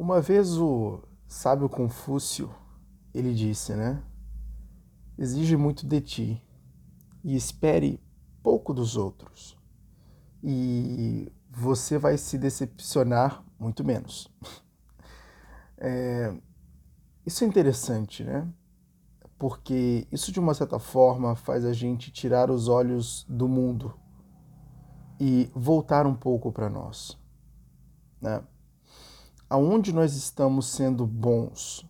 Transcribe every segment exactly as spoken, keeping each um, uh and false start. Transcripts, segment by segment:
Uma vez o sábio Confúcio, ele disse, né? Exige muito de ti e espere pouco dos outros. E você vai se decepcionar muito menos. É, isso é interessante, né? Porque isso de uma certa forma faz a gente tirar os olhos do mundo e voltar um pouco para nós, né? Aonde nós estamos sendo bons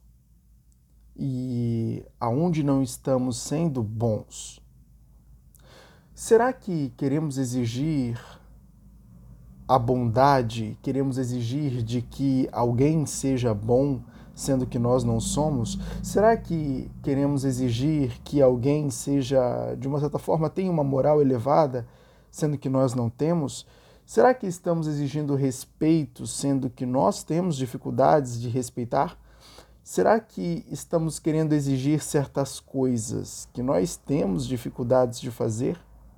e aonde não estamos sendo bons. Será que queremos exigir a bondade, queremos exigir de que alguém seja bom, sendo que nós não somos? Será que queremos exigir que alguém seja, de uma certa forma, tenha uma moral elevada, sendo que nós não temos? Será que estamos exigindo respeito, sendo que nós temos dificuldades de respeitar? Será que estamos querendo exigir certas coisas que nós temos dificuldades de fazer?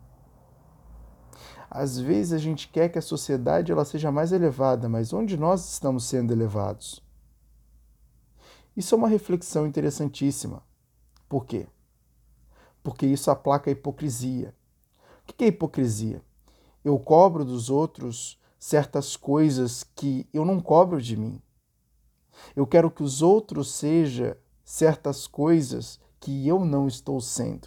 Às vezes a gente quer que a sociedade ela seja mais elevada, mas onde nós estamos sendo elevados? Isso é uma reflexão interessantíssima. Por quê? Porque isso aplaca a hipocrisia. O que é hipocrisia? Eu cobro dos outros certas coisas que eu não cobro de mim. Eu quero que os outros sejam certas coisas que eu não estou sendo,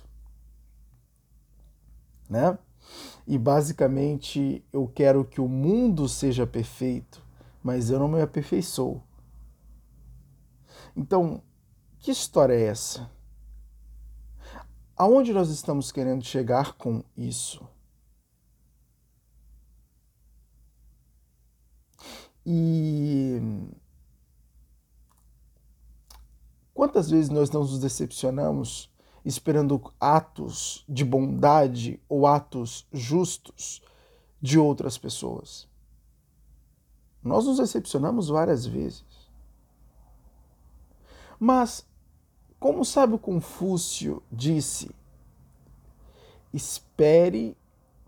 né? E basicamente eu quero que o mundo seja perfeito, mas eu não me aperfeiçoo. Então, que história é essa? Aonde nós estamos querendo chegar com isso? E quantas vezes nós não nos decepcionamos esperando atos de bondade ou atos justos de outras pessoas? Nós nos decepcionamos várias vezes. Mas, como o sábio Confúcio disse, espere,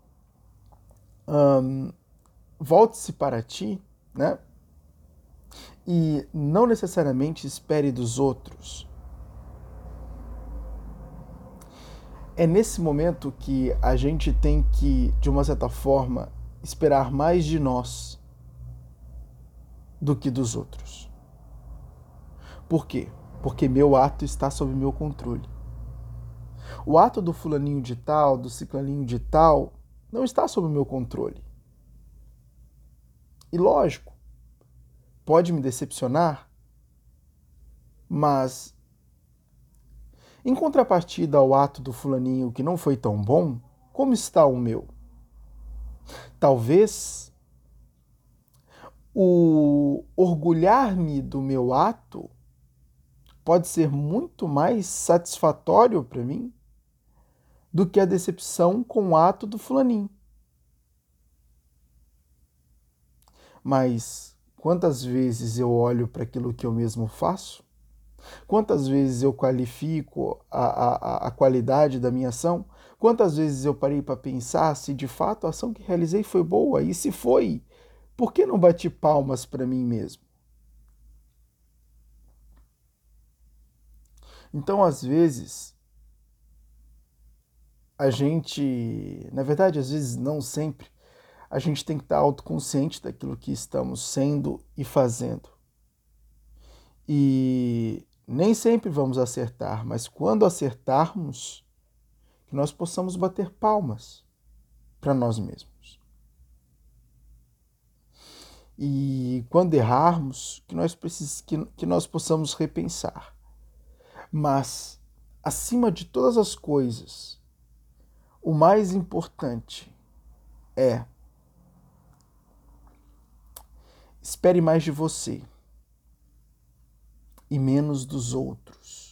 hum, volte-se para ti, né? E não necessariamente espere dos outros. É nesse momento que a gente tem que, de uma certa forma, esperar mais de nós do que dos outros. Por quê? Porque meu ato está sob meu controle. O ato do fulaninho de tal, do ciclaninho de tal, não está sob o meu controle. E lógico, pode me decepcionar, mas em contrapartida ao ato do fulaninho que não foi tão bom, como está o meu? Talvez o orgulhar-me do meu ato pode ser muito mais satisfatório para mim do que a decepção com o ato do fulaninho. Mas quantas vezes eu olho para aquilo que eu mesmo faço? Quantas vezes eu qualifico a, a, a qualidade da minha ação? Quantas vezes eu parei para pensar se de fato a ação que realizei foi boa? E se foi, por que não bati palmas para mim mesmo? Então, às vezes, a gente, na verdade, às vezes não sempre, a gente tem que estar autoconsciente daquilo que estamos sendo e fazendo. E nem sempre vamos acertar, mas quando acertarmos, que nós possamos bater palmas para nós mesmos. E quando errarmos, que nós, precis... que, que nós possamos repensar. Mas, acima de todas as coisas, o mais importante é: espere mais de você e menos dos outros.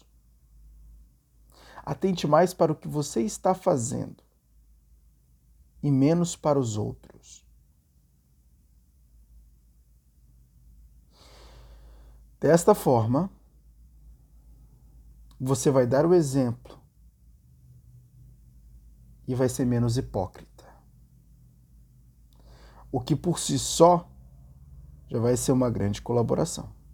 Atente mais para o que você está fazendo e menos para os outros. Desta forma, você vai dar o exemplo e vai ser menos hipócrita. O que por si só já vai ser uma grande colaboração.